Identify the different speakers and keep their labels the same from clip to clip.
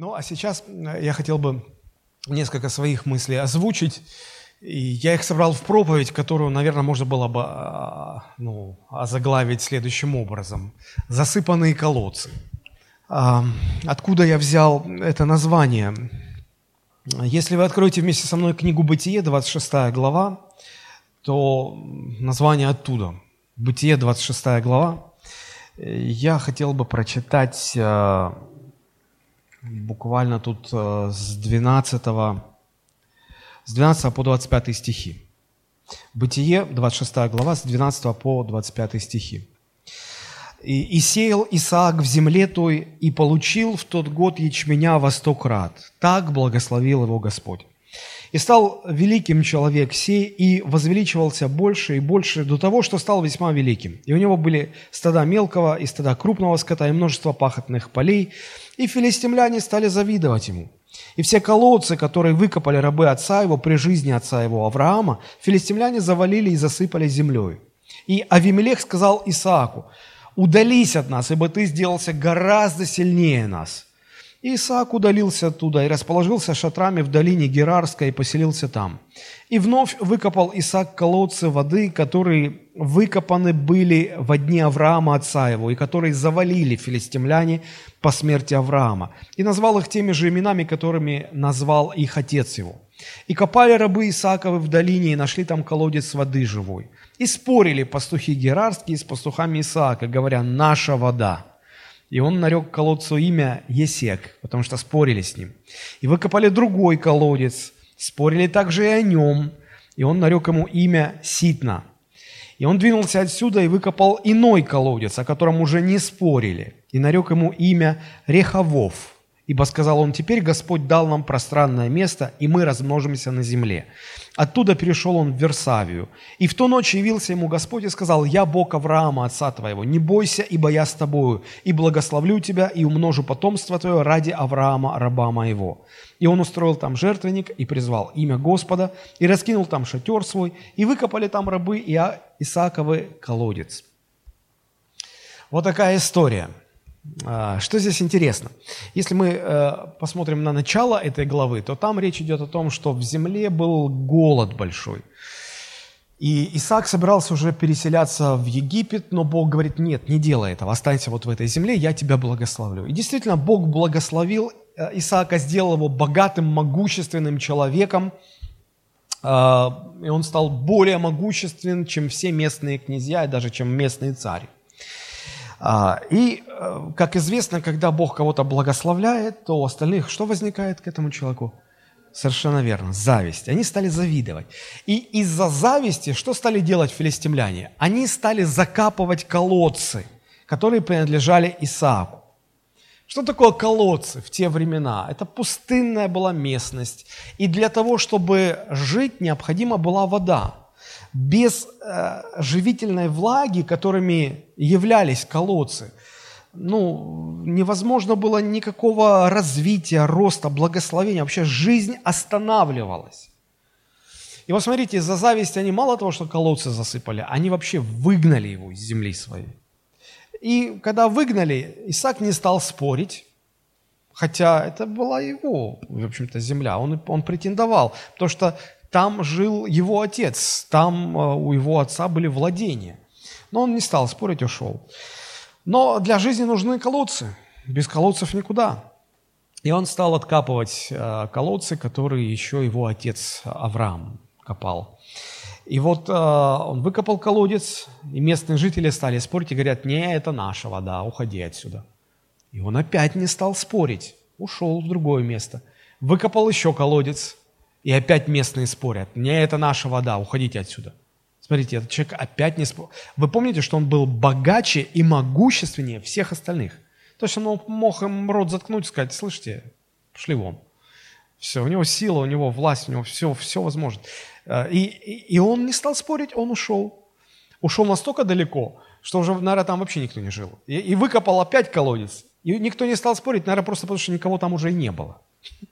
Speaker 1: Ну, а сейчас я хотел бы несколько своих мыслей озвучить. И я их собрал в проповедь, которую, наверное, можно было бы озаглавить следующим образом. «Засыпанные колодцы». Откуда я взял это название? Если вы откроете вместе со мной книгу «Бытие», 26 глава, то название оттуда. «Бытие», 26 глава. Я хотел бы прочитать буквально тут с 12 по 25 стихи. Бытие, 26 глава, с 12 по 25 стихи. «И сеял Исаак в земле той, и получил в тот год ячменя во 100 крат. Так благословил его Господь. И стал великим человек сей, и возвеличивался больше и больше до того, что стал весьма великим. И у него были стада мелкого и стада крупного скота, и множество пахотных полей, и филистимляне стали завидовать ему. И все колодцы, которые выкопали рабы отца его при жизни отца его Авраама, филистимляне завалили и засыпали землей. И Авимелех сказал Исааку: удались от нас, ибо ты сделался гораздо сильнее нас. И Исаак удалился оттуда и расположился шатрами в долине Герарской и поселился там. И вновь выкопал Исаак колодцы воды, которые выкопаны были во дни Авраама отца его, и которые завалили филистимляне по смерти Авраама. И назвал их теми же именами, которыми назвал их отец его. И копали рабы Исааковы в долине, и нашли там колодец воды живой. И спорили пастухи герарские с пастухами Исаака, говоря: наша вода. И он нарек колодцу имя Есек, потому что спорили с ним. И выкопали другой колодец, спорили также и о нем, и он нарек ему имя Ситна. И он двинулся отсюда и выкопал иной колодец, о котором уже не спорили, и нарек ему имя Рехавов. Ибо, сказал он, теперь Господь дал нам пространное место, и мы размножимся на земле. Оттуда перешел он в Версавию. И в ту ночь явился ему Господь и сказал: я Бог Авраама, отца твоего, не бойся, ибо я с тобою, и благословлю тебя, и умножу потомство твое ради Авраама, раба моего. И он устроил там жертвенник, и призвал имя Господа, и раскинул там шатер свой, и выкопали там рабы и Исааковы колодец». Вот такая история. Что здесь интересно? Если мы посмотрим на начало этой главы, то там речь идет о том, что в земле был голод большой. И Исаак собирался уже переселяться в Египет, но Бог говорит: нет, не делай этого, останься вот в этой земле, я тебя благословлю. И действительно, Бог благословил Исаака, сделал его богатым, могущественным человеком, и он стал более могущественным, чем все местные князья, и даже чем местный царь. И, как известно, когда Бог кого-то благословляет, то у остальных что возникает к этому человеку? Совершенно верно, зависть. Они стали завидовать. И из-за зависти что стали делать филистимляне? Они стали закапывать колодцы, которые принадлежали Исааку. Что такое колодцы в те времена? Это пустынная была местность. И для того, чтобы жить, необходима была вода. Без живительной влаги, которыми являлись колодцы, невозможно было никакого развития, роста, благословения. Вообще жизнь останавливалась. И вот смотрите, из-за зависти они мало того, что колодцы засыпали, они вообще выгнали его из земли своей. И когда выгнали, Исаак не стал спорить, хотя это была его, в общем-то, земля. Он претендовал, потому что там жил его отец, там у его отца были владения. Но он не стал спорить, ушел. Но для жизни нужны колодцы. Без колодцев никуда. И он стал откапывать колодцы, которые еще его отец Авраам копал. И вот он выкопал колодец, и местные жители стали спорить и говорят: не, это наша вода, уходи отсюда. И он опять не стал спорить, ушел в другое место. Выкопал еще колодец. И опять местные спорят: не, это наша вода, уходите отсюда. Смотрите, этот человек опять не спорит. Вы помните, что он был богаче и могущественнее всех остальных? То есть он мог им рот заткнуть и сказать: слышите, пошли вон. Все, у него сила, у него власть, у него все возможно. И он не стал спорить, он ушел. Ушел настолько далеко, что уже, наверное, там вообще никто не жил. И выкопал опять колодец. И никто не стал спорить, наверное, просто потому, что никого там уже и не было.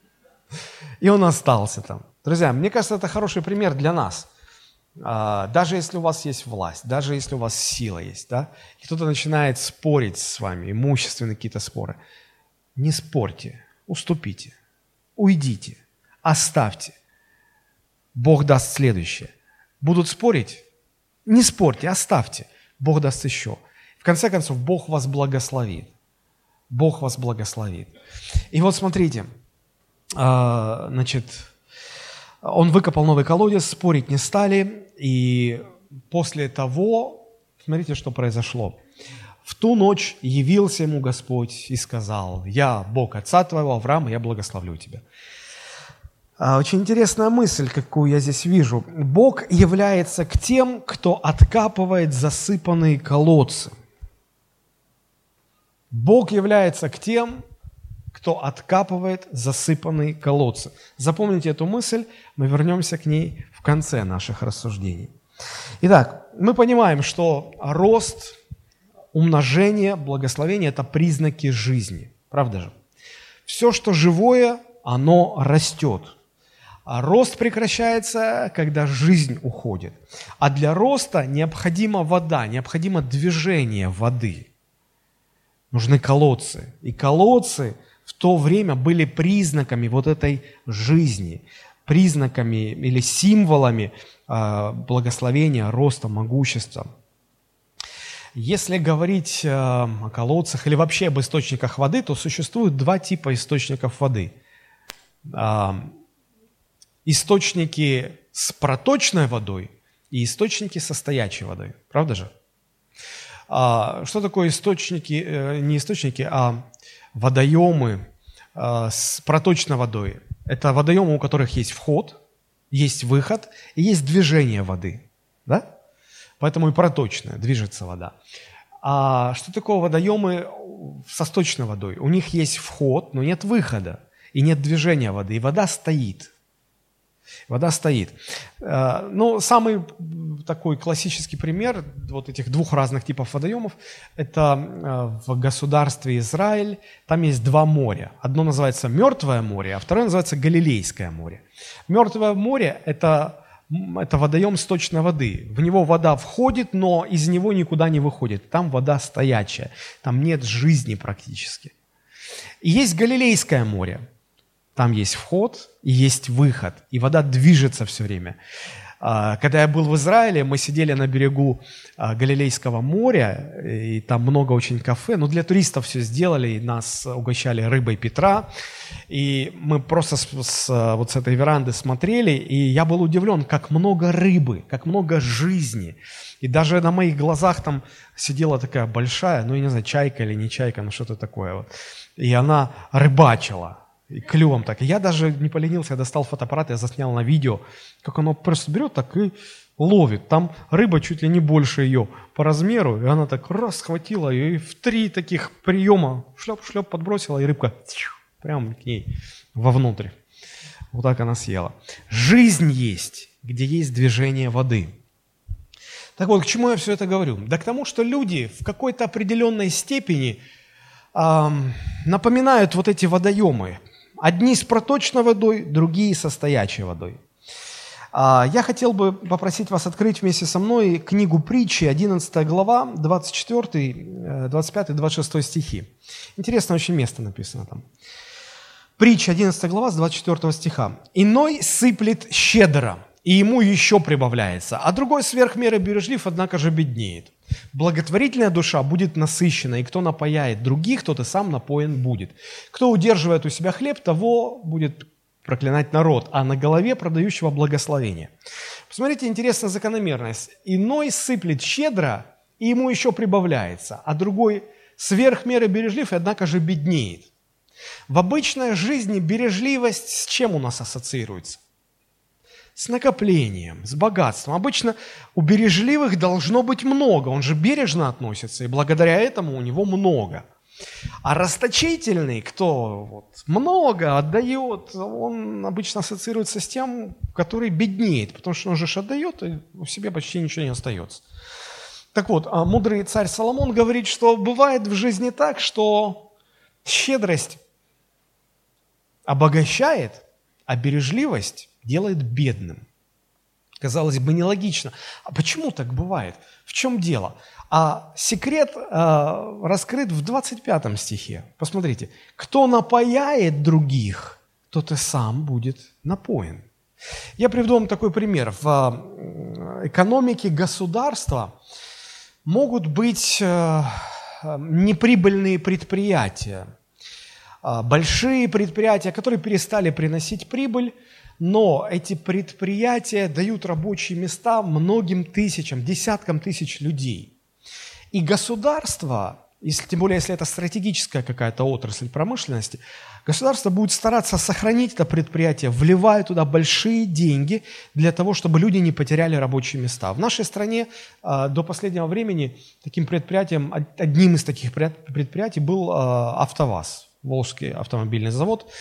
Speaker 1: И он остался там. Друзья, мне кажется, это хороший пример для нас. Даже если у вас есть власть, даже если у вас сила есть, да, и кто-то начинает спорить с вами, имущественные какие-то споры, не спорьте, уступите, уйдите, оставьте. Бог даст следующее. Будут спорить? Не спорьте, оставьте. Бог даст еще. В конце концов, Бог вас благословит. Бог вас благословит. И вот смотрите, значит, он выкопал новый колодец, спорить не стали, и после того, смотрите, что произошло. В ту ночь явился ему Господь и сказал: «Я Бог отца твоего, Авраама, я благословлю тебя». Очень интересная мысль, какую я здесь вижу. Бог является к тем, кто откапывает засыпанные колодцы. Бог является к тем, кто откапывает засыпанные колодцы. Запомните эту мысль, мы вернемся к ней в конце наших рассуждений. Итак, мы понимаем, что рост, умножение, благословение – это признаки жизни. Правда же? Все, что живое, оно растет. А рост прекращается, когда жизнь уходит. А для роста необходима вода, необходимо движение воды. Нужны колодцы. И колодцы в то время были признаками вот этой жизни, признаками или символами благословения, роста, могущества. Если говорить о колодцах или вообще об источниках воды, то существует два типа источников воды. Источники с проточной водой и источники со стоячей водой. Правда же? Что такое источники, не источники, а водоемы с проточной водой? Это водоемы, у которых есть вход, есть выход и есть движение воды. Да? Поэтому и проточная, движется вода. А что такое водоемы со сточной водой? У них есть вход, но нет выхода и нет движения воды, и вода стоит. Вода стоит. Ну, самый такой классический пример вот этих двух разных типов водоемов – это в государстве Израиль. Там есть два моря. Одно называется Мертвое море, а второе называется Галилейское море. Мертвое море – это водоем сточной воды. В него вода входит, но из него никуда не выходит. Там вода стоячая, там нет жизни практически. И есть Галилейское море. Там есть вход и есть выход, и вода движется все время. Когда я был в Израиле, мы сидели на берегу Галилейского моря, и там много очень кафе, но для туристов все сделали, и нас угощали рыбой Петра, и мы просто вот с этой веранды смотрели, и я был удивлен, как много рыбы, как много жизни. И даже на моих глазах там сидела такая большая, ну я не знаю, чайка или не чайка, ну что-то такое вот, и она рыбачила. И клювом так. И я даже не поленился, я достал фотоаппарат, я заснял на видео, как оно просто берет так и ловит. Там рыба чуть ли не больше ее по размеру, и она так раз схватила ее и в 3 таких приема шлеп-шлеп подбросила, и рыбка прямо к ней вовнутрь. Вот так она съела. Жизнь есть, где есть движение воды. Так вот, к чему я все это говорю? Да к тому, что люди в какой-то определенной степени напоминают вот эти водоемы. Одни с проточной водой, другие со стоячей водой. Я хотел бы попросить вас открыть вместе со мной книгу Притчи, 11 глава, 24, 25, 26 стихи. Интересное очень место написано там. Притча, 11 глава, с 24 стиха. «Иной сыплет щедро, и ему еще прибавляется, а другой сверх меры бережлив, однако же беднеет. Благотворительная душа будет насыщена, и кто напояет других, тот и сам напоен будет. Кто удерживает у себя хлеб, того будет проклинать народ, а на голове продающего благословение». Посмотрите, интересная закономерность. Иной сыплет щедро, и ему еще прибавляется, а другой сверх меры бережлив, и однако же беднеет. В обычной жизни бережливость с чем у нас ассоциируется? С накоплением, с богатством. Обычно у бережливых должно быть много, он же бережно относится, и благодаря этому у него много. А расточительный, кто вот много отдает, он обычно ассоциируется с тем, который беднеет, потому что он же отдает, и у себя почти ничего не остается. Так вот, мудрый царь Соломон говорит, что бывает в жизни так, что щедрость обогащает, а бережливость делает бедным. Казалось бы, нелогично. А почему так бывает? В чем дело? А секрет раскрыт в 25 стихе. Посмотрите. «Кто напояет других, тот и сам будет напоен». Я приведу вам такой пример. В экономике государства могут быть неприбыльные предприятия, большие предприятия, которые перестали приносить прибыль, но эти предприятия дают рабочие места многим тысячам, десяткам тысяч людей. И государство, тем более если это стратегическая какая-то отрасль промышленности, государство будет стараться сохранить это предприятие, вливая туда большие деньги для того, чтобы люди не потеряли рабочие места. В нашей стране до последнего времени таким предприятием, одним из таких предприятий был АвтоВАЗ, Волжский автомобильный завод.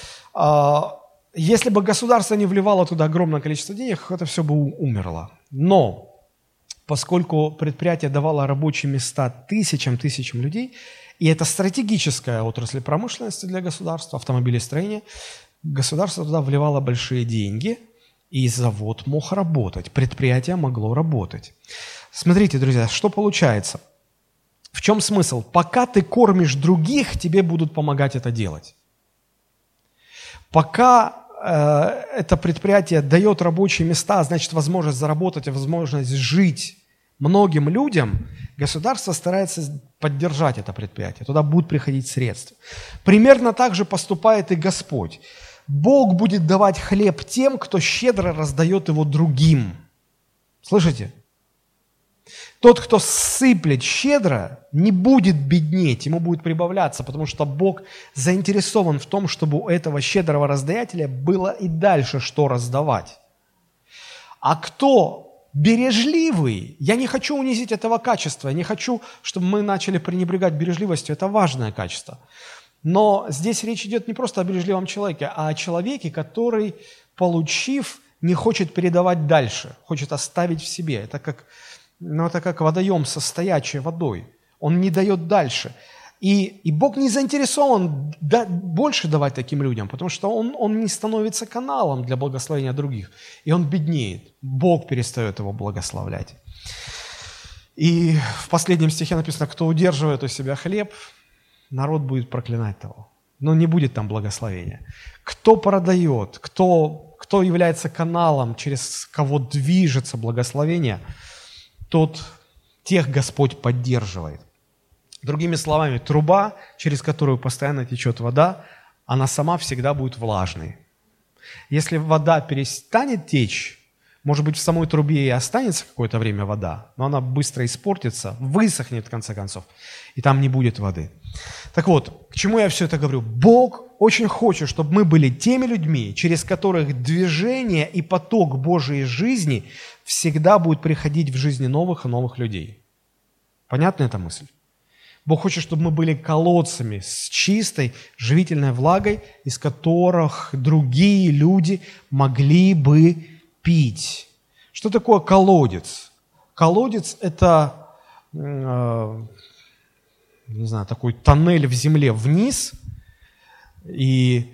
Speaker 1: Если бы государство не вливало туда огромное количество денег, это все бы умерло. Но поскольку предприятие давало рабочие места тысячам людей, и это стратегическая отрасль промышленности для государства, автомобилестроения, государство туда вливало большие деньги, и завод мог работать, предприятие могло работать. Смотрите, друзья, что получается? В чем смысл? Пока ты кормишь других, тебе будут помогать это делать. Пока это предприятие дает рабочие места, значит, возможность заработать, возможность жить многим людям, государство старается поддержать это предприятие. Туда будут приходить средства. Примерно так же поступает и Господь. Бог будет давать хлеб тем, кто щедро раздает его другим. Слышите? Тот, кто сыплет щедро, не будет беднеть, ему будет прибавляться, потому что Бог заинтересован в том, чтобы у этого щедрого раздаятеля было и дальше что раздавать. А кто бережливый, я не хочу унизить этого качества, я не хочу, чтобы мы начали пренебрегать бережливостью, это важное качество. Но здесь речь идет не просто о бережливом человеке, а о человеке, который, получив, не хочет передавать дальше, хочет оставить в себе. Это как водоем со стоячей водой. Он не дает дальше. И Бог не заинтересован больше давать таким людям, потому что он не становится каналом для благословения других. И он беднеет. Бог перестает его благословлять. И в последнем стихе написано: кто удерживает у себя хлеб, народ будет проклинать того. Но не будет там благословения. Кто продает, кто является каналом, через кого движется благословение, тех Господь поддерживает. Другими словами, труба, через которую постоянно течет вода, она сама всегда будет влажной. Если вода перестанет течь, может быть, в самой трубе и останется какое-то время вода, но она быстро испортится, высохнет в конце концов, и там не будет воды. Так вот, к чему я все это говорю? Бог очень хочет, чтобы мы были теми людьми, через которых движение и поток Божьей жизни всегда будет приходить в жизни новых и новых людей. Понятна эта мысль? Бог хочет, чтобы мы были колодцами с чистой, живительной влагой, из которых другие люди могли бы пить. Что такое колодец? Колодец – это, такой тоннель в земле вниз, и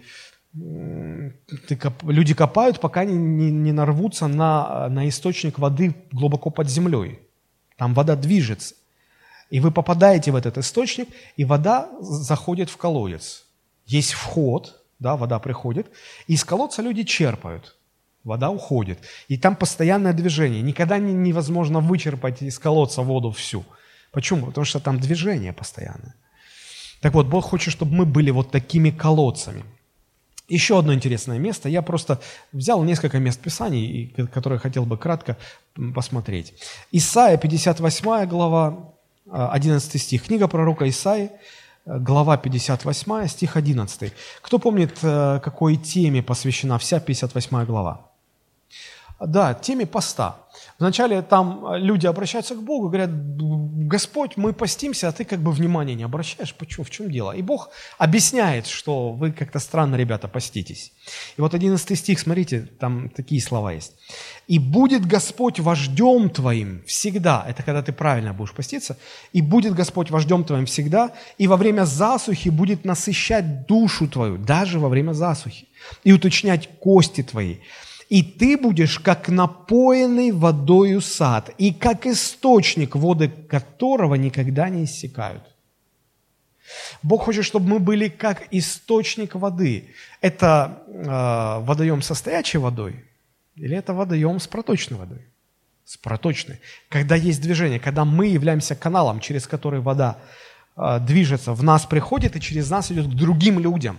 Speaker 1: люди копают, пока не нарвутся на источник воды глубоко под землей. Там вода движется. И вы попадаете в этот источник, и вода заходит в колодец. Есть вход, вода приходит, и из колодца люди черпают. Вода уходит. И там постоянное движение. Никогда невозможно вычерпать из колодца воду всю. Почему? Потому что там движение постоянное. Так вот, Бог хочет, чтобы мы были вот такими колодцами. Еще одно интересное место. Я просто взял несколько мест Писаний, которые хотел бы кратко посмотреть. Исайя, 58 глава, 11 стих. Книга пророка Исаии, глава 58, стих 11. Кто помнит, какой теме посвящена вся 58 глава? Да, теме поста. Вначале там люди обращаются к Богу, говорят: Господь, мы постимся, а ты внимания не обращаешь. Почему? В чем дело? И Бог объясняет, что вы как-то странно, ребята, поститесь. И вот 11 стих, смотрите, там такие слова есть. «И будет Господь вождем твоим всегда». Это когда ты правильно будешь поститься. «И будет Господь вождем твоим всегда, и во время засухи будет насыщать душу твою», даже во время засухи, «и уточнять кости твои. И ты будешь, как напоенный водою сад, и как источник, воды которого никогда не иссякают. Бог хочет, чтобы мы были как источник воды. Это водоем со стоячей водой или это водоем с проточной водой? С проточной. Когда есть движение, когда мы являемся каналом, через который вода движется, в нас приходит и через нас идет к другим людям.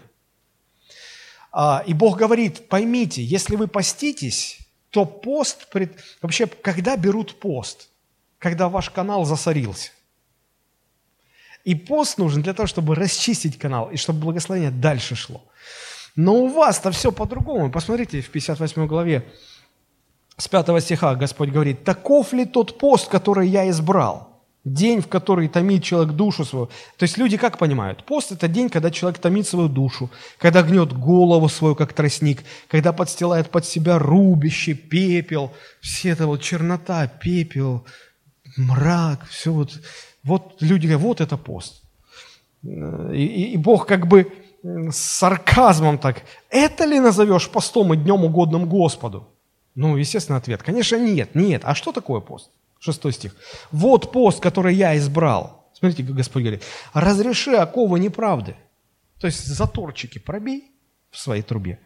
Speaker 1: И Бог говорит, поймите, если вы поститесь, то пост... Вообще, когда берут пост? Когда ваш канал засорился. И пост нужен для того, чтобы расчистить канал, и чтобы благословение дальше шло. Но у вас-то все по-другому. Посмотрите, в 58 главе с 5 стиха Господь говорит, «Таков ли тот пост, который я избрал? День, в который томит человек душу свою». То есть люди как понимают? Пост – это день, когда человек томит свою душу, когда гнет голову свою, как тростник, когда подстилает под себя рубище, пепел, все это вот чернота, пепел, мрак, все вот. Вот люди говорят, вот это пост. И Бог как бы с сарказмом так, это ли назовешь постом и днем угодным Господу? Ну, естественно, ответ, конечно, нет. А что такое пост? 6 стих. Вот пост, который я избрал. Смотрите, как Господь говорит, разреши оковы неправды. То есть заторчики пробей в своей трубе.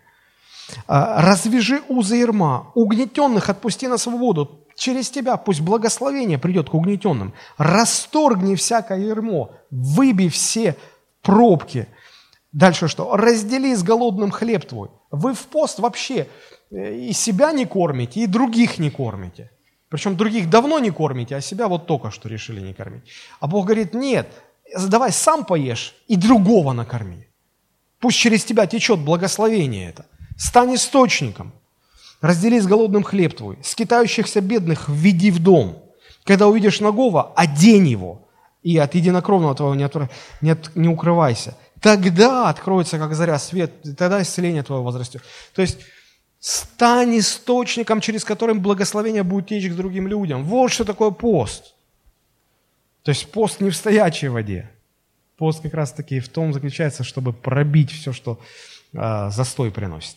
Speaker 1: Развяжи узы ярма, угнетенных отпусти на свободу. Через тебя пусть благословение придет к угнетенным. Расторгни всякое ярмо, выбей все пробки. Дальше что? Раздели с голодным хлеб твой. Вы в пост вообще и себя не кормите, и других не кормите. Причем других давно не кормите, а себя вот только что решили не кормить. А Бог говорит, нет, давай сам поешь и другого накорми. Пусть через тебя течет благословение это. Стань источником. Раздели с голодным хлеб твой, скитающихся бедных введи в дом. Когда увидишь нагого, одень его, и от единокровного твоего не укрывайся. Тогда откроется, как заря, свет, тогда исцеление твое возрастет. То есть стань источником, через которым благословение будет течь к другим людям. Вот что такое пост. То есть пост не в стоячей воде. Пост как раз таки в том заключается, чтобы пробить все, что застой приносит.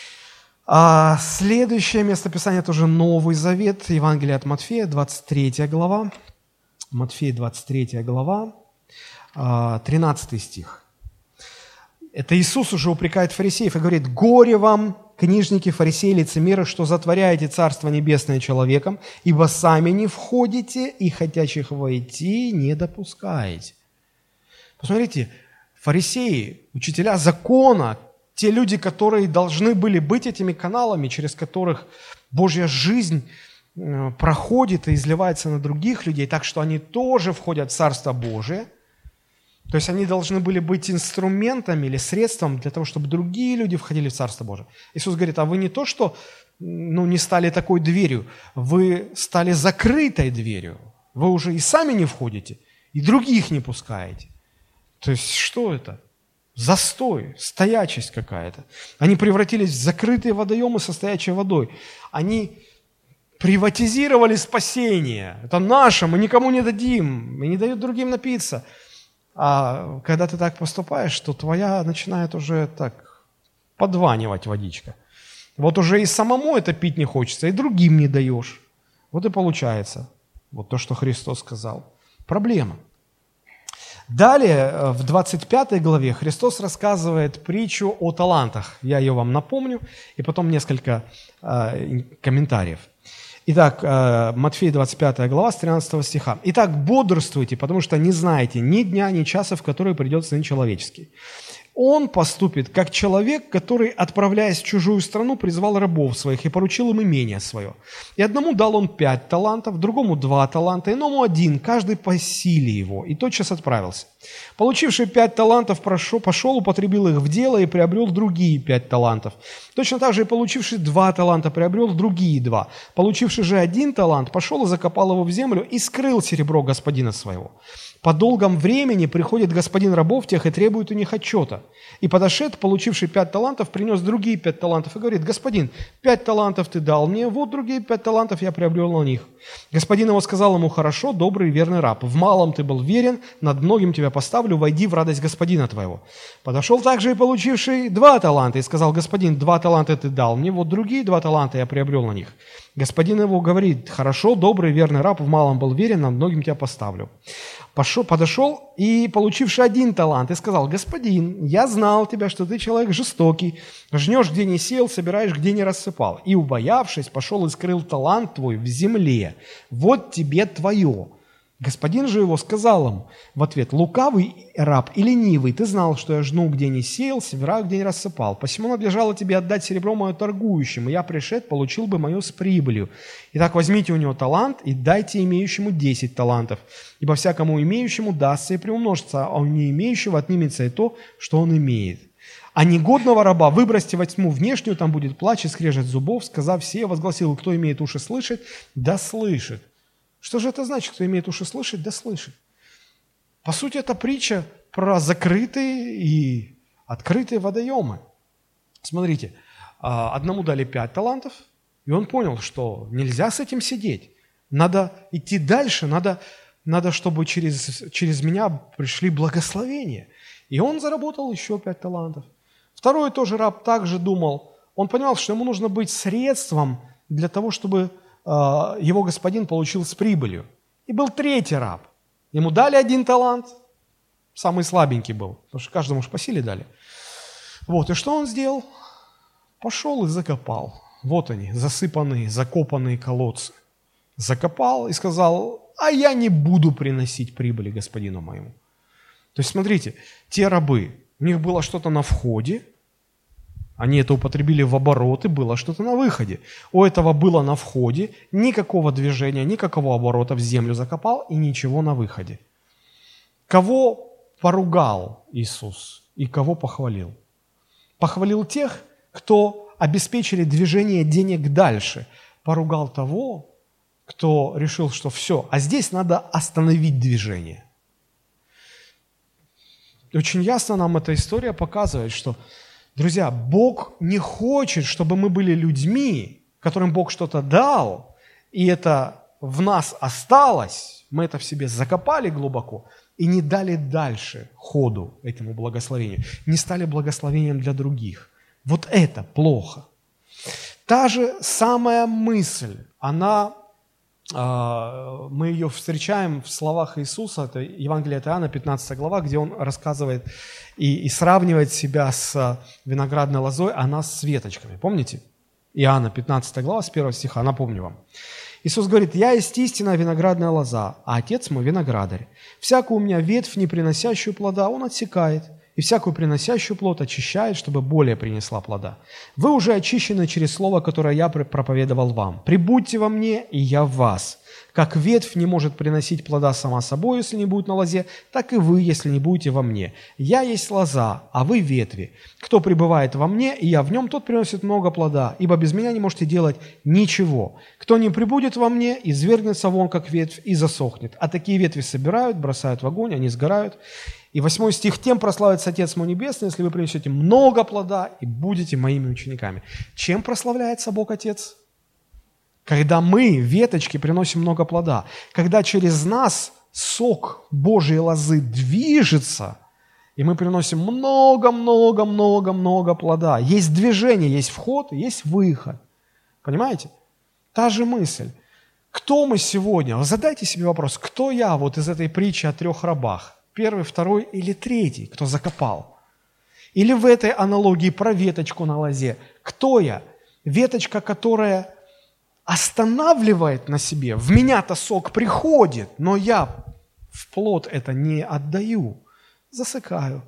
Speaker 1: Следующее местописание тоже Новый Завет, Евангелие от Матфея, 23 глава. Матфея, 23 глава, 13 стих. Это Иисус уже упрекает фарисеев и говорит, «Горе вам, книжники, фарисеи, лицемеры, что затворяете Царство Небесное человеком, ибо сами не входите и хотящих войти не допускаете». Посмотрите, фарисеи, учителя закона, те люди, которые должны были быть этими каналами, через которых Божья жизнь проходит и изливается на других людей, так что они тоже входят в Царство Божие. То есть они должны были быть инструментами или средством для того, чтобы другие люди входили в Царство Божие. Иисус говорит, а вы не то, что не стали такой дверью, вы стали закрытой дверью. Вы уже и сами не входите, и других не пускаете. То есть что это? Застой, стоячесть какая-то. Они превратились в закрытые водоемы со стоячей водой. Они приватизировали спасение. Это наше, мы никому не дадим, и не дают другим напиться. А когда ты так поступаешь, то твоя начинает уже так подванивать водичка. Вот уже и самому это пить не хочется, и другим не даешь. Вот и получается вот то, что Христос сказал. Проблема. Далее, в 25 главе Христос рассказывает притчу о талантах. Я ее вам напомню, и потом несколько комментариев. Итак, Матфея 25 глава с 13 стиха. «Итак, бодрствуйте, потому что не знаете ни дня, ни часа, в который придет Сын Человеческий. Он поступит, как человек, который, отправляясь в чужую страну, призвал рабов своих и поручил им имение свое. И одному дал он 5 талантов, другому 2 таланта, иному 1, каждый по силе его, и тотчас отправился. Получивший 5 талантов пошел, употребил их в дело и приобрел другие 5 талантов. Точно так же и получивший 2 таланта приобрел другие 2. Получивший же 1 талант пошел и закопал его в землю и скрыл серебро господина своего. По долгом времени приходит господин рабов тех и требует у них отчета. И подошед, получивший 5 талантов, принес другие 5 талантов и говорит: господин, 5 талантов ты дал мне, вот другие 5 талантов я приобрел на них. Господин его сказал ему: хорошо, добрый и верный раб, в малом ты был верен, над многим тебя поставлю, войди в радость господина твоего. Подошел также и получивший 2 таланта и сказал: господин, 2 таланта ты дал мне, вот другие 2 таланта я приобрел на них. Господин его говорит: хорошо, добрый и верный раб, в малом был верен, над многим тебя поставлю. Подошел и получивший 1 талант и сказал: господин, я знал тебя, что ты человек жестокий, жнешь, где не сеял, собираешь, где не рассыпал. И, убоявшись, пошел и скрыл талант твой в земле. Вот тебе твое. Господин же его сказал ему в ответ: лукавый раб и ленивый, ты знал, что я жну, где не сеял, собираю, где не рассыпал. Посему надлежало тебе отдать серебро мое торгующим, и я пришед, получил бы мое с прибылью. Итак, возьмите у него талант и дайте имеющему 10 талантов. Ибо всякому имеющему дастся и приумножится, а у не имеющего отнимется и то, что он имеет. А негодного раба выбросьте во тьму внешнюю, там будет плач и скрежет зубов. Сказав сие, возгласил: кто имеет уши слышать, да слышит. Что же это значит, кто имеет уши слышать, да слышит? По сути, это притча про закрытые и открытые водоемы. Смотрите, одному дали 5 талантов, и он понял, что нельзя с этим сидеть. Надо идти дальше, надо, чтобы через меня пришли благословения. И он заработал еще 5 талантов. Второй тоже раб также думал, он понимал, что ему нужно быть средством для того, чтобы его господин получил с прибылью. И был 3-й раб. Ему дали 1 талант, самый слабенький был, потому что каждому ж по силе дали. Вот, и что он сделал? Пошел и закопал. Вот они, засыпанные, закопанные колодцы. Закопал и сказал: а я не буду приносить прибыли господину моему. То есть, смотрите, те рабы, у них было что-то на входе, они это употребили в обороты, было что-то на выходе. У этого было на входе, никакого движения, никакого оборота, в землю закопал и ничего на выходе. Кого поругал Иисус и кого похвалил? Похвалил тех, кто обеспечили движение денег дальше. Поругал того, кто решил, что все, а здесь надо остановить движение. Очень ясно нам эта история показывает, что, друзья, Бог не хочет, чтобы мы были людьми, которым Бог что-то дал, и это в нас осталось, мы это в себе закопали глубоко и не дали дальше ходу этому благословению, не стали благословением для других. Вот это плохо. Та же самая мысль, мы ее встречаем в словах Иисуса, это Евангелие от Иоанна, 15 глава, где он рассказывает и сравнивает себя с виноградной лозой, а нас с веточками. Помните? Иоанна, 15 глава, с 1 стиха, напомню вам. Иисус говорит: «Я есть истинная виноградная лоза, а Отец мой виноградарь. Всякую у меня ветвь, не приносящую плода, Он отсекает, и всякую приносящую плод очищает, чтобы более принесла плода. Вы уже очищены через слово, которое я проповедовал вам. Прибудьте во мне, и я в вас. Как ветвь не может приносить плода сама собой, если не будет на лозе, так и вы, если не будете во мне. Я есть лоза, а вы ветви. Кто пребывает во мне, и я в нем, тот приносит много плода, ибо без меня не можете делать ничего. Кто не пребудет во мне, извергнется вон, как ветвь, и засохнет. А такие ветви собирают, бросают в огонь, они сгорают». И 8 стих: «Тем прославится Отец мой Небесный, если вы принесете много плода и будете моими учениками». Чем прославляется Бог Отец? Когда мы, веточки, приносим много плода. Когда через нас сок Божьей лозы движется, и мы приносим много-много-много-много плода. Есть движение, есть вход, есть выход. Понимаете? Та же мысль. Кто мы сегодня? Задайте себе вопрос, кто я вот из этой притчи о 3 рабах? 1, 2 или 3, кто закопал? Или в этой аналогии про веточку на лозе? Кто я? Веточка, которая останавливает на себе. В меня-то сок приходит, но я в плод это не отдаю. Засыкаю.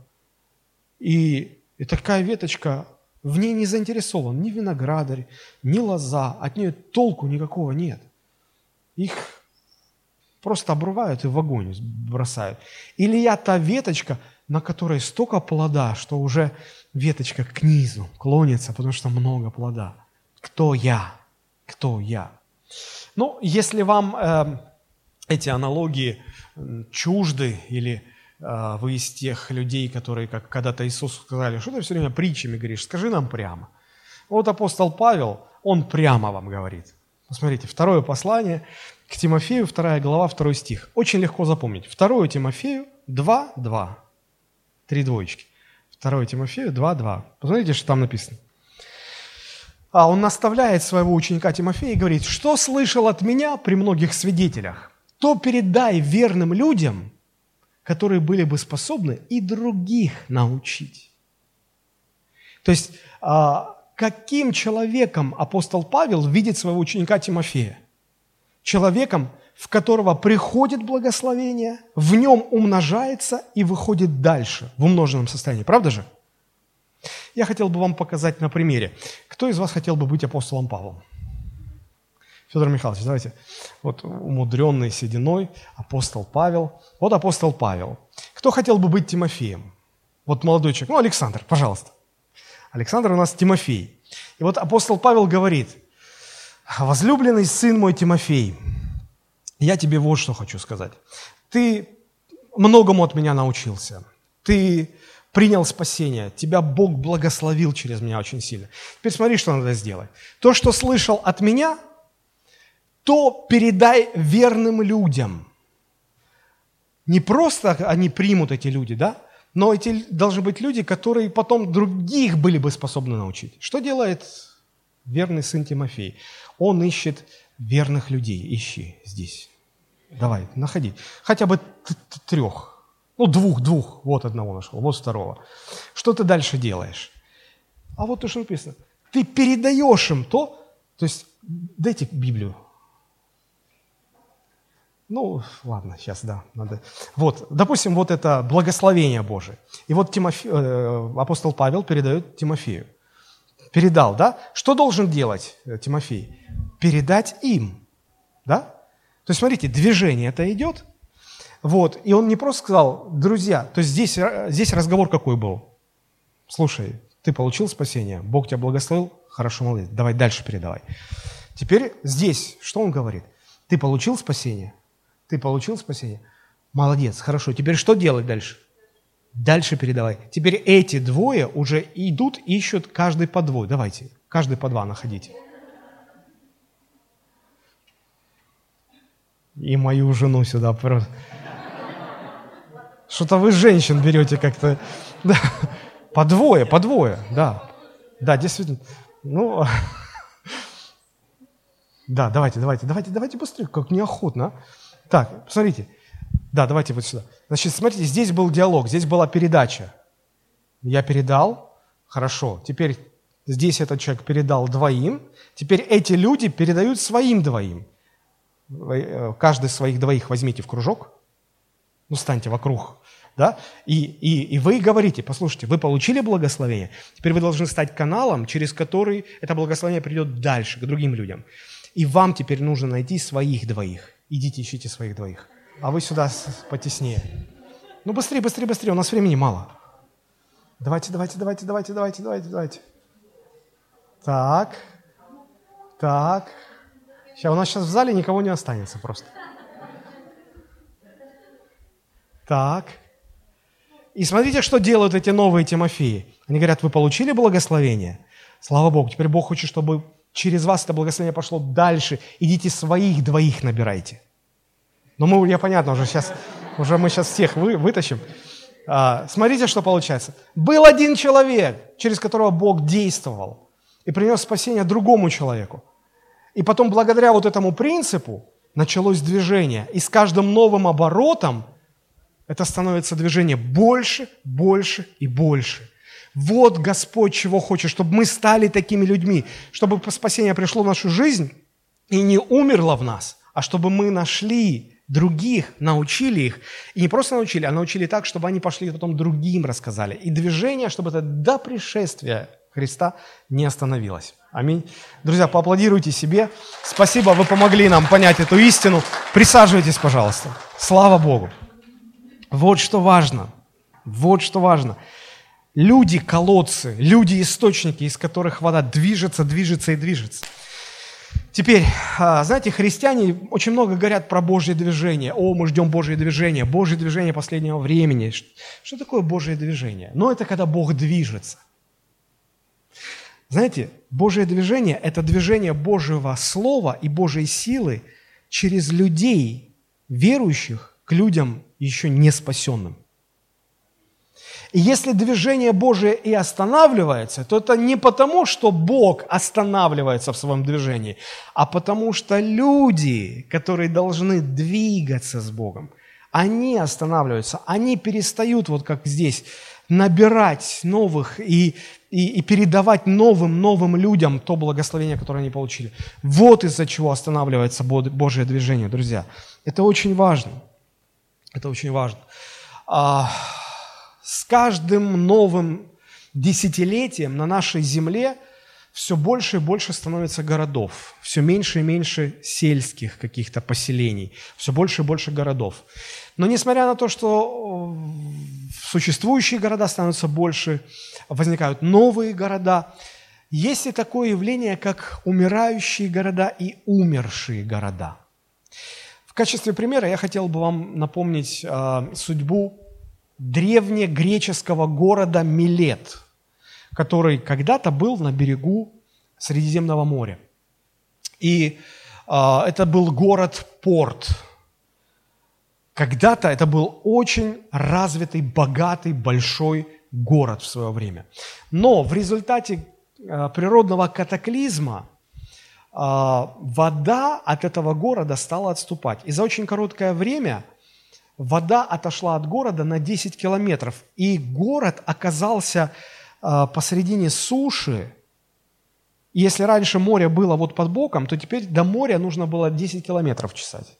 Speaker 1: И такая веточка, в ней не заинтересован ни виноградарь, ни лоза. От нее толку никакого нет. Их просто обрывают и в огонь бросают. Или я та веточка, на которой столько плода, что уже веточка к низу клонится, потому что много плода. Кто я? Кто я? Ну, если вам эти аналогии чужды, или вы из тех людей, которые, как когда-то Иисусу сказали, что ты все время притчами говоришь, скажи нам прямо. Вот апостол Павел, он прямо вам говорит. Посмотрите, второе послание к Тимофею, 2 глава, 2 стих. Очень легко запомнить. 2 Тимофею 2:2. 3 двоечки. 2 Тимофею 2:2. Посмотрите, что там написано. Он наставляет своего ученика Тимофея и говорит, что слышал от меня при многих свидетелях, то передай верным людям, которые были бы способны и других научить. То есть, каким человеком апостол Павел видит своего ученика Тимофея? Человеком, в которого приходит благословение, в нем умножается и выходит дальше в умноженном состоянии. Правда же? Я хотел бы вам показать на примере. Кто из вас хотел бы быть апостолом Павлом? Федор Михайлович, давайте. Вот умудренный сединой апостол Павел. Вот апостол Павел. Кто хотел бы быть Тимофеем? Вот молодой человек. Александр, пожалуйста. Александр у нас Тимофей. И вот апостол Павел говорит: возлюбленный сын мой Тимофей, я тебе вот что хочу сказать. Ты многому от меня научился. Ты принял спасение. Тебя Бог благословил через меня очень сильно. Теперь смотри, что надо сделать. То, что слышал от меня, то передай верным людям. Не просто они примут, эти люди, да? Но эти должны быть люди, которые потом других были бы способны научить. Что делает верный сын Тимофей? Он ищет верных людей. Ищи здесь. Давай, находи. Хотя бы 3. Двух. Вот одного нашел, вот второго. Что ты дальше делаешь? А вот то, что написано. Ты передаешь им то есть, дайте Библию. Ладно, сейчас, да, надо. Вот, допустим, вот это благословение Божие. И вот апостол Павел передает Тимофею. Передал, да? Что должен делать Тимофей? Передать им, да? То есть, смотрите, движение это идет. Вот, и он не просто сказал, друзья, то есть здесь разговор какой был? Слушай, ты получил спасение, Бог тебя благословил, хорошо, молодец, давай дальше передавай. Теперь здесь, что он говорит? Ты получил спасение? Ты получил спасение? Молодец, хорошо. Теперь что делать дальше? Дальше передавай. Теперь эти двое уже идут, ищут каждый по 2. Давайте, каждый по 2 находите. И мою жену сюда просто. Что-то вы женщин берете как-то. Да. По 2, да. Да, действительно. Да, давайте быстрее, как неохотно. Так, посмотрите. Да, давайте вот сюда. Значит, смотрите, здесь был диалог, здесь была передача. Я передал, хорошо. Теперь здесь этот человек передал 2. Теперь эти люди передают своим 2. Каждый своих 2 возьмите в кружок. Станьте вокруг. Да? И вы говорите, послушайте, вы получили благословение, теперь вы должны стать каналом, через который это благословение придет дальше, к другим людям. И вам теперь нужно найти своих 2. Идите, ищите своих 2. А вы сюда потеснее. Быстрее, у нас времени мало. Давайте. Так. У нас сейчас в зале никого не останется просто. Так. И смотрите, что делают эти новые Тимофеи. Они говорят, вы получили благословение? Слава Богу, теперь Бог хочет, чтобы через вас это благословение пошло дальше. Идите своих 2 набирайте. Я понятно, мы сейчас всех вытащим. Смотрите, что получается. Был один человек, через которого Бог действовал и принес спасение другому человеку. И потом, благодаря вот этому принципу, началось движение. И с каждым новым оборотом это становится движение больше и больше. Вот Господь чего хочет, чтобы мы стали такими людьми, чтобы спасение пришло в нашу жизнь и не умерло в нас, а чтобы мы нашли других, научили их. И не просто научили, а научили так, чтобы они пошли и потом другим рассказали. И движение, чтобы это до пришествия Христа не остановилось. Аминь. Друзья, поаплодируйте себе. Спасибо, вы помогли нам понять эту истину. Присаживайтесь, пожалуйста. Слава Богу. Вот что важно. Люди – колодцы, люди – источники, из которых вода движется. Теперь, знаете, христиане очень много говорят про Божье движение. О, мы ждем Божье движение последнего времени. Что такое Божье движение? Ну, это когда Бог движется. Знаете, Божье движение – это движение Божьего Слова и Божьей силы через людей, верующих, к людям еще не спасенным. И если движение Божие и останавливается, то это не потому, что Бог останавливается в своем движении, а потому что люди, которые должны двигаться с Богом, они останавливаются, они перестают, вот как здесь, набирать новых и передавать новым людям то благословение, которое они получили. Вот из-за чего останавливается Божье движение, друзья. Это очень важно. Это очень важно. С каждым новым десятилетием на нашей земле все больше и больше становится городов, все меньше и меньше сельских каких-то поселений, все больше и больше городов. Но несмотря на то, что существующие города становятся больше, возникают новые города, есть и такое явление, как умирающие города и умершие города. В качестве примера я хотел бы вам напомнить судьбу древнегреческого города Милет, который когда-то был на берегу Средиземного моря. И это был город-порт. Когда-то это был очень развитый, богатый, большой город в свое время. Но в результате природного катаклизма вода от этого города стала отступать. И за очень короткое время вода отошла от города на 10 километров, и город оказался посредине суши. И если раньше море было вот под боком, то теперь до моря нужно было 10 километров чесать.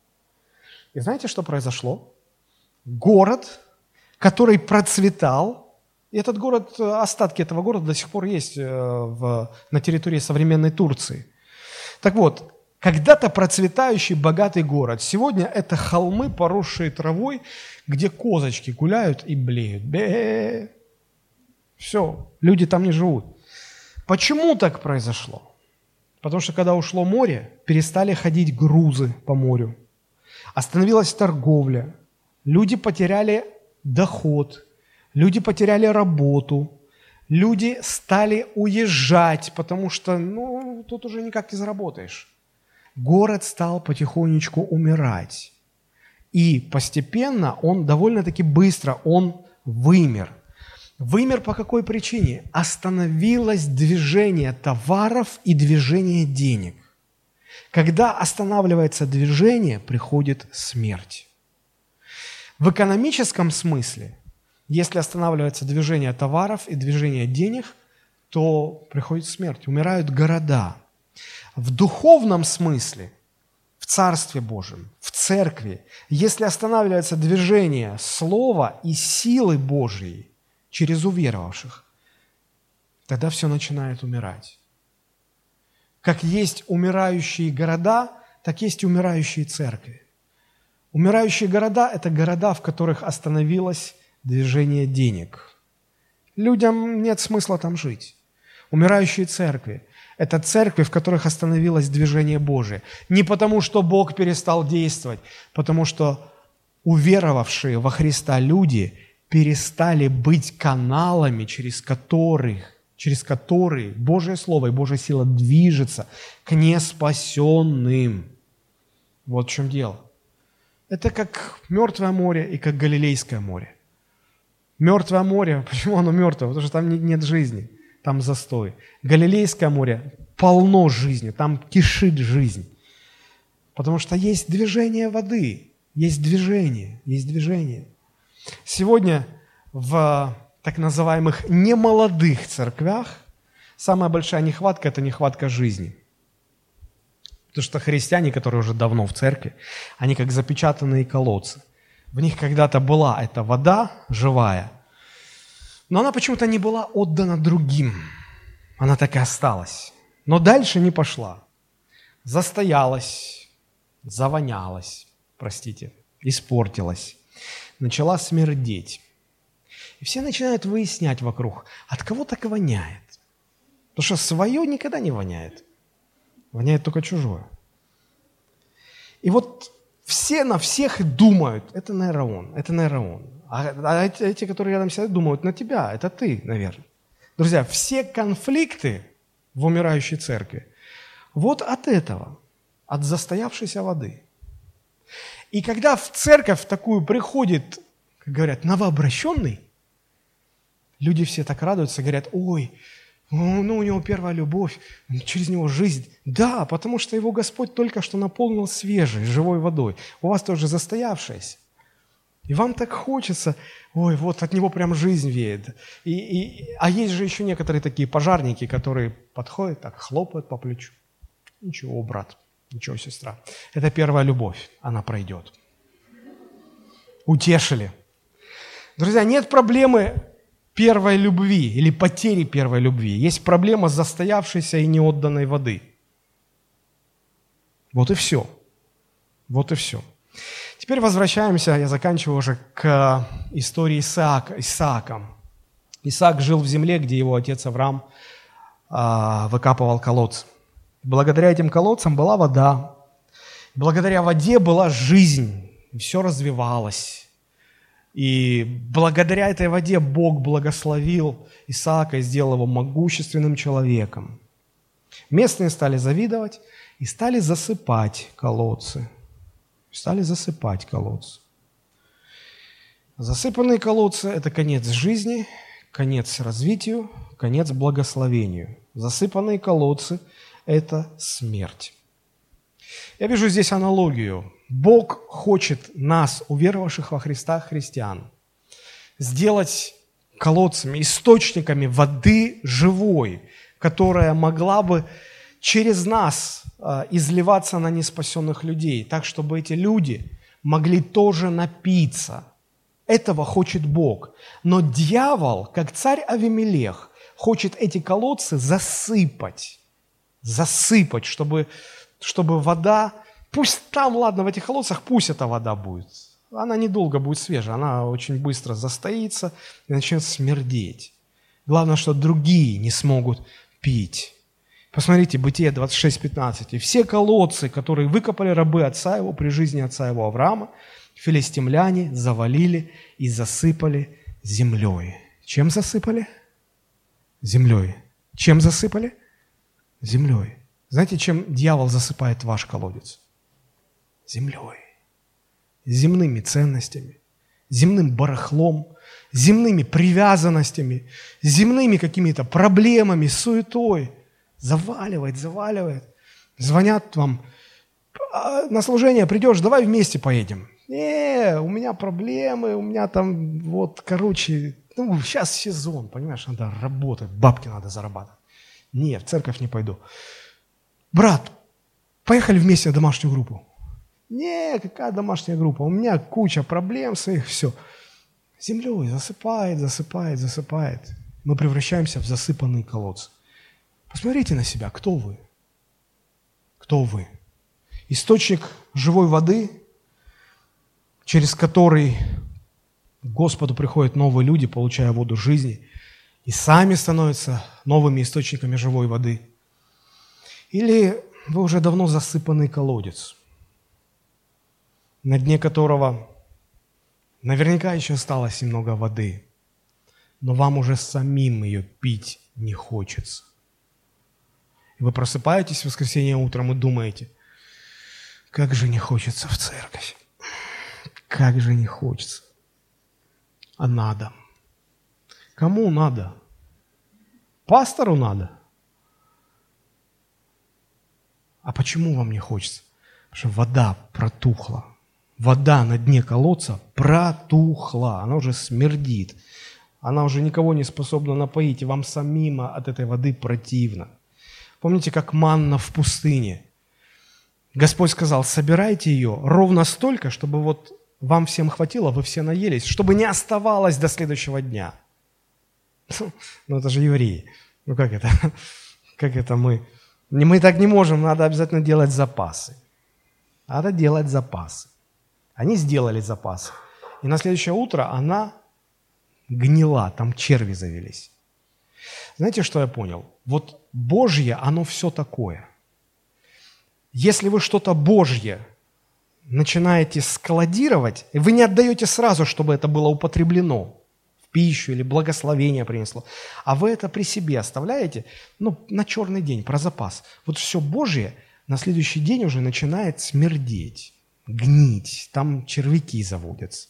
Speaker 1: И знаете, что произошло? Город, который процветал, и этот город, остатки этого города до сих пор есть на территории современной Турции. Так вот, когда-то процветающий, богатый город. Сегодня это холмы, поросшие травой, где козочки гуляют и блеют. Бе! Все, люди там не живут. Почему так произошло? Потому что когда ушло море, перестали ходить грузы по морю. Остановилась торговля. Люди потеряли доход. Люди потеряли работу. Люди стали уезжать, потому что, тут уже никак не заработаешь. Город стал потихонечку умирать. И постепенно он довольно-таки быстро, он вымер. Вымер по какой причине? Остановилось движение товаров и движение денег. Когда останавливается движение, приходит смерть. В экономическом смысле, если останавливается движение товаров и движение денег, то приходит смерть, умирают города. В духовном смысле, в Царстве Божьем, в Церкви, если останавливается движение Слова и силы Божьей через уверовавших, тогда все начинает умирать. Как есть умирающие города, так есть и умирающие церкви. Умирающие города – это города, в которых остановилось движение денег. Людям нет смысла там жить. Умирающие церкви – это церкви, в которых остановилось движение Божие. Не потому, что Бог перестал действовать, потому что уверовавшие во Христа люди перестали быть каналами, через которые Божье Слово и Божья сила движется к неспасенным. Вот в чем дело. Это как Мертвое море и как Галилейское море. Мертвое море, почему оно мертвое? Потому что там нет жизни, там застой. Галилейское море полно жизни, там кишит жизнь. Потому что есть движение воды, есть движение. Сегодня в так называемых немолодых церквях самая большая нехватка – это нехватка жизни. Потому что христиане, которые уже давно в церкви, они как запечатанные колодцы. В них когда-то была эта вода живая, но она почему-то не была отдана другим. Она так и осталась. Но дальше не пошла. Застоялась, завонялась, испортилась, начала смердеть. И все начинают выяснять вокруг, от кого так воняет. Потому что свое никогда не воняет. Воняет только чужое. И вот все на всех думают, это, наверное, он, это, наверное, он. А эти, которые рядом сидят, думают на тебя, это ты, наверное. Друзья, все конфликты в умирающей церкви вот от этого, от застоявшейся воды. И когда в церковь такую приходит, как говорят, новообращенный, люди все так радуются, говорят, ой, ну у него первая любовь, через него жизнь. Да, потому что его Господь только что наполнил свежей, живой водой. У вас тоже застоявшаяся. И вам так хочется, ой, вот от него прям жизнь веет. А есть же еще некоторые такие пожарники, которые подходят, так хлопают по плечу. Ничего, брат, ничего, сестра. Это первая любовь, она пройдет. Утешили. Друзья, нет проблемы первой любви или потери первой любви. Есть проблема застоявшейся и неотданной воды. Вот и все. Вот и все. Теперь возвращаемся, я заканчиваю уже к истории Исаака. Исаак жил в земле, где его отец Авраам выкапывал колодцы. Благодаря этим колодцам была вода. Благодаря воде была жизнь, и все развивалось. И благодаря этой воде Бог благословил Исаака и сделал его могущественным человеком. Местные стали завидовать и стали засыпать колодцы. Засыпанные колодцы – это конец жизни, конец развитию, конец благословению. Засыпанные колодцы – это смерть. Я вижу здесь аналогию. Бог хочет нас, уверовавших во Христа христиан, сделать колодцами, источниками воды живой, которая могла бы через нас изливаться на неспасенных людей, так, чтобы эти люди могли тоже напиться. Этого хочет Бог. Но дьявол, как царь Авимелех, хочет эти колодцы засыпать, чтобы вода, пусть там, ладно, в этих колодцах, пусть эта вода будет. Она недолго будет свежая, она очень быстро застоится и начнет смердеть. Главное, что другие не смогут пить. Посмотрите, Бытие 26:15. «И все колодцы, которые выкопали рабы отца его при жизни отца его Авраама, филистимляне завалили и засыпали землей». Чем засыпали? Землей. Чем засыпали? Землей. Знаете, чем дьявол засыпает ваш колодец? Землей. Земными ценностями, земным барахлом, земными привязанностями, земными какими-то проблемами, суетой. Заваливает. Звонят вам, на служение придешь, давай вместе поедем. У меня проблемы, у меня там сейчас сезон, понимаешь, надо работать, бабки надо зарабатывать. В церковь не пойду. Брат, поехали вместе на домашнюю группу. Какая домашняя группа? У меня куча проблем своих, все. Землей засыпает. Мы превращаемся в засыпанные колодцы. Посмотрите на себя, кто вы? Кто вы? Источник живой воды, через который к Господу приходят новые люди, получая воду жизни, и сами становятся новыми источниками живой воды. Или вы уже давно засыпанный колодец, на дне которого наверняка еще осталось немного воды, но вам уже самим ее пить не хочется. И вы просыпаетесь в воскресенье утром и думаете, как же не хочется в церковь, как же не хочется. А надо. Кому надо? Пастору надо. А почему вам не хочется? Потому что вода протухла. Вода на дне колодца протухла. Она уже смердит. Она уже никого не способна напоить. И вам самим от этой воды противно. Помните, как манна в пустыне? Господь сказал, собирайте ее ровно столько, чтобы вот вам всем хватило, вы все наелись, чтобы не оставалось до следующего дня. Ну, это же евреи. Ну, как это? Как это мы? Мы так не можем, надо обязательно делать запасы. Надо делать запасы. Они сделали запасы. И на следующее утро она гнила, там черви завелись. Знаете, что я понял? Вот Божье, оно все такое. Если вы что-то Божье начинаете складировать, и вы не отдаете сразу, чтобы это было употреблено в пищу или благословение принесло, а вы это при себе оставляете, на черный день, про запас. Вот все Божье на следующий день уже начинает смердеть, гнить, там червяки заводятся.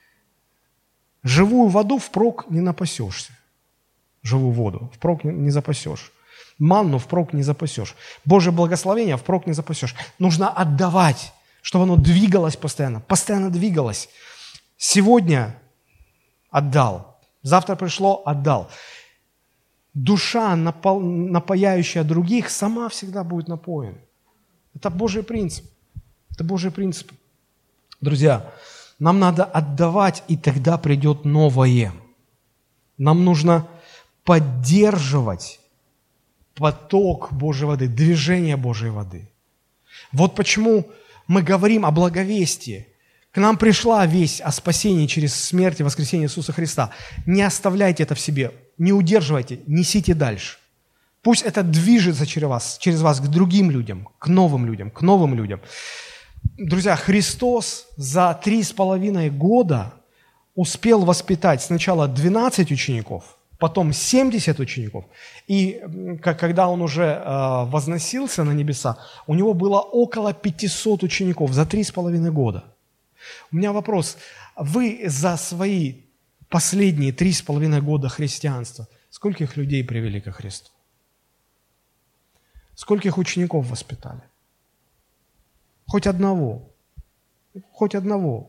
Speaker 1: Живую воду впрок не напасешься. Живую воду впрок не запасешь. Манну впрок не запасешь. Божье благословение впрок не запасешь. Нужно отдавать, чтобы оно двигалось постоянно. Постоянно двигалось. Сегодня отдал. Завтра пришло, отдал. Душа, напояющая других, сама всегда будет напоена. Это Божий принцип. Это Божий принцип. Друзья, нам надо отдавать, и тогда придет новое. Нам нужно поддерживать поток Божьей воды, движение Божьей воды. Вот почему мы говорим о благовестии. К нам пришла весть о спасении через смерть и воскресение Иисуса Христа. Не оставляйте это в себе, не удерживайте, несите дальше. Пусть это движется через вас к другим людям, к новым людям. Друзья, Христос за 3,5 года успел воспитать сначала 12 учеников, потом 70 учеников. И когда он уже возносился на небеса, у него было около 500 учеников за 3,5 года. У меня вопрос. Вы за свои последние 3,5 года христианства скольких людей привели ко Христу? Скольких учеников воспитали? Хоть одного. Хоть одного.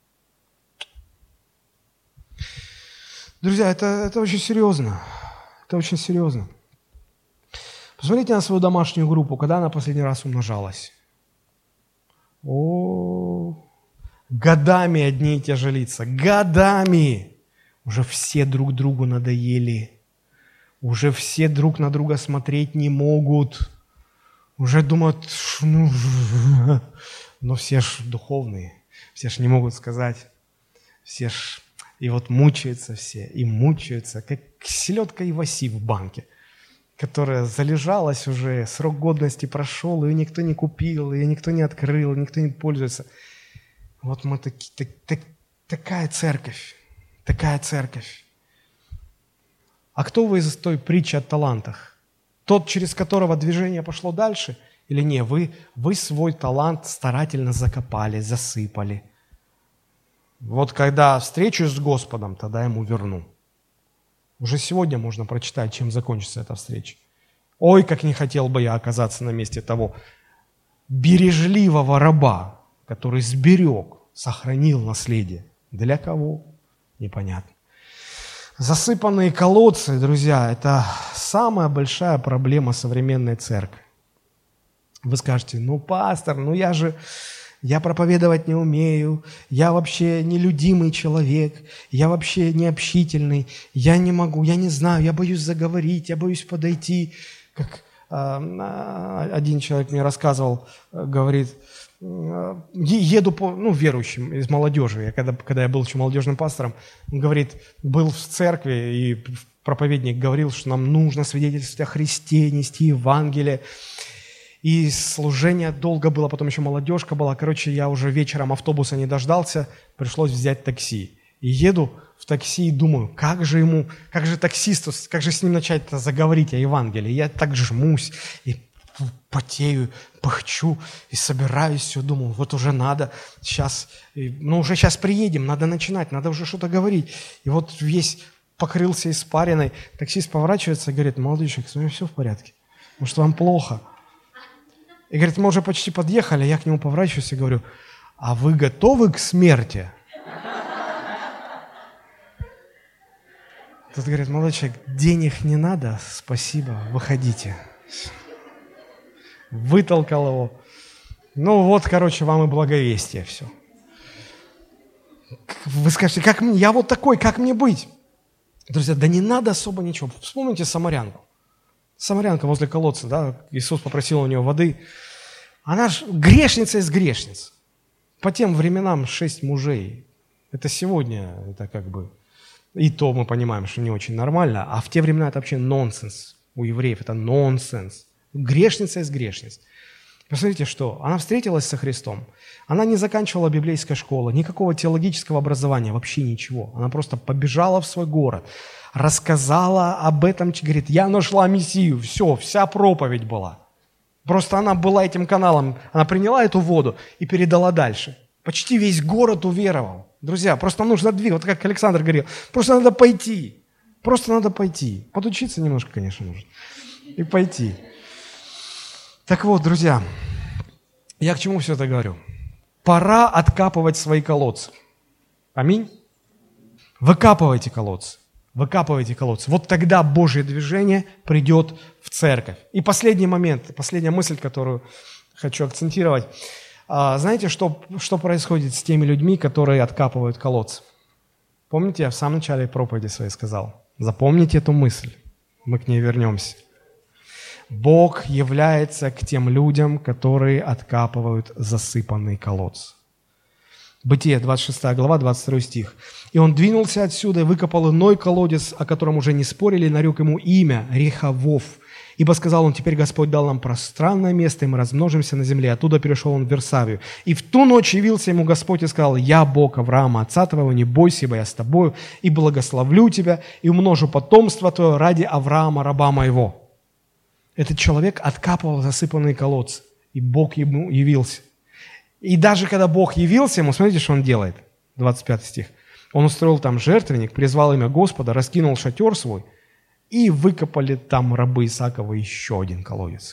Speaker 1: Друзья, это очень серьезно. Это очень серьезно. Посмотрите на свою домашнюю группу, когда она последний раз умножалась. Годами одни и те же лица. Годами. Уже все друг другу надоели. Уже все друг на друга смотреть не могут. Уже думают, но все ж духовные. Все ж не могут сказать. Все ж... И вот мучаются все, и мучаются, как селедка Иваси в банке, которая залежалась уже, срок годности прошел, ее никто не купил, ее никто не открыл, никто не пользуется. Вот мы такая церковь. А кто вы из той притчи о талантах? Тот, через которого движение пошло дальше? Или не, вы свой талант старательно закопали, засыпали. Вот когда встречусь с Господом, тогда ему верну. Уже сегодня можно прочитать, чем закончится эта встреча. Ой, как не хотел бы я оказаться на месте того бережливого раба, который сберег, сохранил наследие. Для кого? Непонятно. Засыпанные колодцы, друзья, это самая большая проблема современной церкви. Вы скажете, пастор, я проповедовать не умею, я вообще нелюдимый человек, я вообще не общительный, я не могу, я не знаю, я боюсь заговорить, я боюсь подойти. Как один человек мне рассказывал, говорит, еду верующим из молодежи, когда я был еще молодежным пастором, он говорит, был в церкви, и проповедник говорил, что нам нужно свидетельствовать о Христе, нести Евангелие. И служение долго было, потом еще молодежка была. Я уже вечером автобуса не дождался, пришлось взять такси. И еду в такси и думаю, как же таксисту, как же с ним начать заговорить о Евангелии. Я так жмусь и потею, пыхчу и собираюсь, все думаю, вот уже надо сейчас, уже сейчас приедем, надо начинать, надо уже что-то говорить. И вот весь покрылся испариной. Таксист поворачивается и говорит, молодой человек, с вами все в порядке? Может, вам плохо? И говорит, мы уже почти подъехали, я к нему поворачиваюсь и говорю, а вы готовы к смерти? Тот говорит, молодой человек, денег не надо, спасибо, выходите. Вытолкал его. Вам и благовестие все. Вы скажете, я вот такой, как мне быть? Друзья, да не надо особо ничего. Вспомните самарянку. Самарянка возле колодца, да, Иисус попросил у нее воды. Она же грешница из грешниц. По тем временам 6 мужей. Это сегодня, и то мы понимаем, что не очень нормально, а в те времена это вообще нонсенс. У евреев это нонсенс. Грешница из грешниц. Посмотрите, что она встретилась со Христом. Она не заканчивала библейской школы, никакого теологического образования, вообще ничего. Она просто побежала в свой город, рассказала об этом, говорит, я нашла Мессию, все, вся проповедь была. Просто она была этим каналом, она приняла эту воду и передала дальше. Почти весь город уверовал. Друзья, просто нужно двигаться, вот как Александр говорил, просто надо пойти. Просто надо пойти. Подучиться немножко, конечно, нужно. И пойти. Так вот, друзья, я к чему все это говорю? Пора откапывать свои колодцы. Аминь. Выкапывайте колодцы. Выкапывайте колодцы. Вот тогда Божье движение придет в церковь. И последний момент, последняя мысль, которую хочу акцентировать. Знаете, что происходит с теми людьми, которые откапывают колодцы? Помните, я в самом начале проповеди своей сказал? Запомните эту мысль. Мы к ней вернемся. Бог является к тем людям, которые откапывают засыпанный колодцы. Бытие, 26 глава, 22 стих. «И он двинулся отсюда и выкопал иной колодец, о котором уже не спорили, и нарек ему имя Рехавов. Ибо сказал он, теперь Господь дал нам пространное место, и мы размножимся на земле. Оттуда перешел он в Версавию. И в ту ночь явился ему Господь и сказал, я Бог Авраама, отца твоего, не бойся, ибо я с тобою, и благословлю тебя, и умножу потомство твое ради Авраама, раба моего». Этот человек откапывал засыпанные колодцы, и Бог ему явился. И даже когда Бог явился ему, смотрите, что он делает. 25 стих. Он устроил там жертвенник, призвал имя Господа, раскинул шатер свой, и выкопали там рабы Исаакова еще один колодец.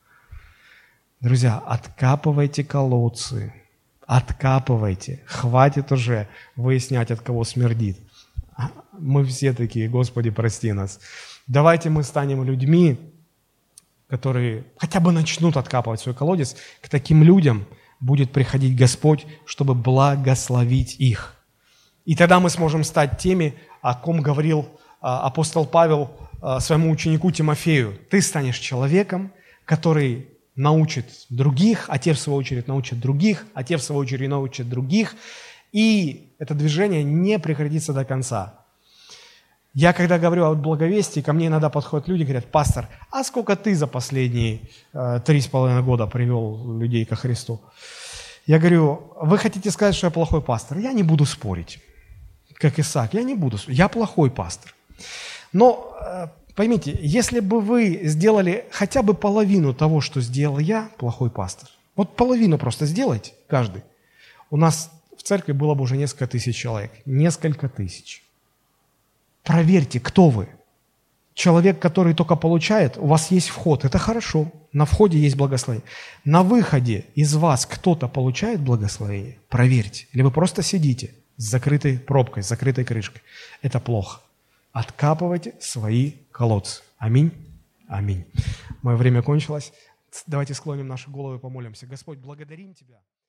Speaker 1: Друзья, откапывайте колодцы. Откапывайте. Хватит уже выяснять, от кого смердит. Мы все такие, Господи, прости нас. Давайте мы станем людьми, которые хотя бы начнут откапывать свой колодец. К таким людям будет приходить Господь, чтобы благословить их. И тогда мы сможем стать теми, о ком говорил апостол Павел своему ученику Тимофею. Ты станешь человеком, который научит других, а те, в свою очередь, научат других, а те, в свою очередь, научат других. И это движение не прекратится до конца. Я, когда говорю о благовестии, ко мне иногда подходят люди и говорят, пастор, а сколько ты за последние 3,5 года привел людей ко Христу? Я говорю, вы хотите сказать, что я плохой пастор? Я не буду спорить, как Исаак, я не буду спорить, я плохой пастор. Но поймите, если бы вы сделали хотя бы половину того, что сделал я, плохой пастор, вот половину просто сделайте, каждый, у нас в церкви было бы уже несколько тысяч человек, несколько тысяч. Проверьте, кто вы. Человек, который только получает, у вас есть вход, это хорошо, на входе есть благословение. На выходе из вас кто-то получает благословение, проверьте. Или вы просто сидите с закрытой пробкой, с закрытой крышкой. Это плохо. Откапывайте свои колодцы. Аминь. Аминь. Мое время кончилось. Давайте склоним наши головы и помолимся. Господь, благодарим Тебя.